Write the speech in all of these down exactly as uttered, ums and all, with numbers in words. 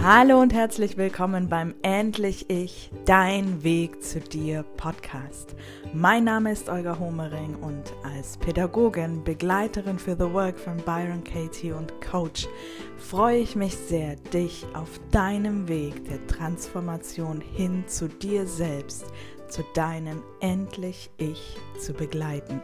Hallo und herzlich willkommen beim Endlich Ich, dein Weg zu dir Podcast. Mein Name ist Olga Homering und als Pädagogin, Begleiterin für The Work von Byron Katie und Coach freue ich mich sehr, dich auf deinem Weg der Transformation hin zu dir selbst, zu deinem Endlich Ich zu begleiten.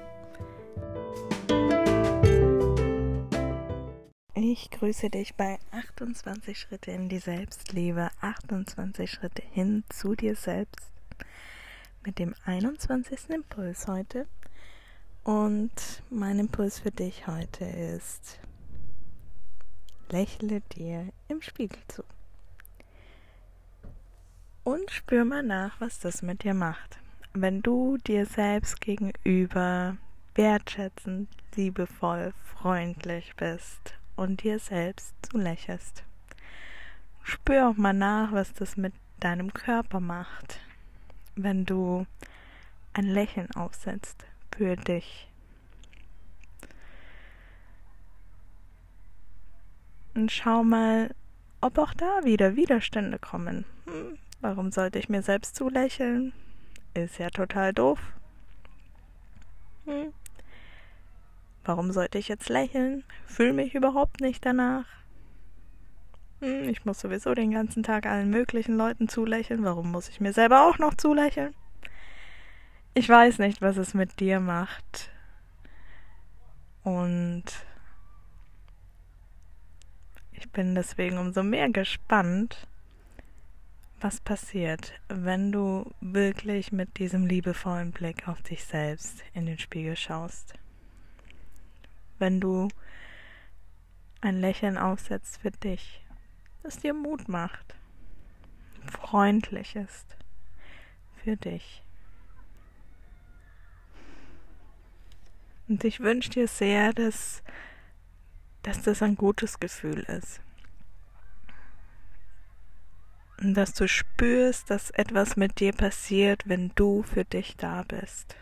Ich grüße dich bei achtundzwanzig Schritte in die Selbstliebe, achtundzwanzig Schritte hin zu dir selbst mit dem einundzwanzigsten Impuls heute. Und mein Impuls für dich heute ist: Lächle dir im Spiegel zu und spür mal nach, was das mit dir macht. Wenn du dir selbst gegenüber wertschätzend, liebevoll, freundlich bist und dir selbst zulächelst. Spür auch mal nach, was das mit deinem Körper macht, wenn du ein Lächeln aufsetzt für dich. Und schau mal, ob auch da wieder Widerstände kommen. Hm, warum sollte ich mir selbst zulächeln? Ist ja total doof. Hm. Warum sollte ich jetzt lächeln? Fühle mich überhaupt nicht danach. Hm, ich muss sowieso den ganzen Tag allen möglichen Leuten zulächeln. Warum muss ich mir selber auch noch zulächeln? Ich weiß nicht, was es mit dir macht. Und ich bin deswegen umso mehr gespannt, was passiert, wenn du wirklich mit diesem liebevollen Blick auf dich selbst in den Spiegel schaust. Wenn du ein Lächeln aufsetzt für dich, das dir Mut macht, freundlich ist für dich. Und ich wünsche dir sehr, dass, dass das ein gutes Gefühl ist. Und dass du spürst, dass etwas mit dir passiert, wenn du für dich da bist.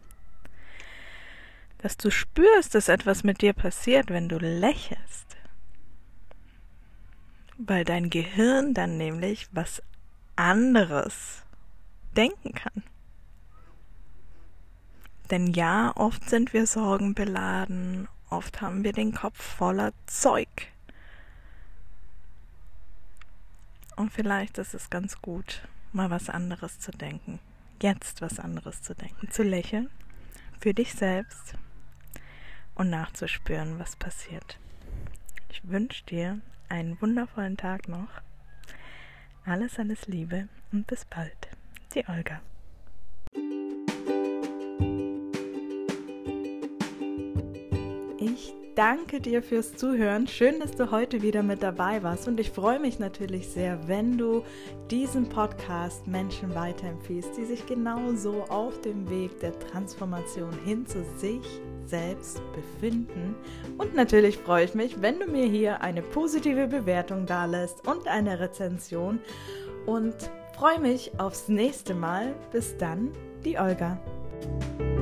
Dass du spürst, dass etwas mit dir passiert, wenn du lächelst. Weil dein Gehirn dann nämlich was anderes denken kann. Denn ja, oft sind wir sorgenbeladen, oft haben wir den Kopf voller Zeug. Und vielleicht ist es ganz gut, mal was anderes zu denken. Jetzt was anderes zu denken. Zu lächeln für dich selbst und nachzuspüren, was passiert. Ich wünsche dir einen wundervollen Tag noch. Alles, alles Liebe und bis bald. Die Olga. Ich danke dir fürs Zuhören. Schön, dass du heute wieder mit dabei warst. Und ich freue mich natürlich sehr, wenn du diesen Podcast Menschen weiterempfiehlst, die sich genauso auf dem Weg der Transformation hin zu sich selbst befinden. Und natürlich freue ich mich, wenn du mir hier eine positive Bewertung dalässt und eine Rezension. Und freue mich aufs nächste Mal. Bis dann, die Olga.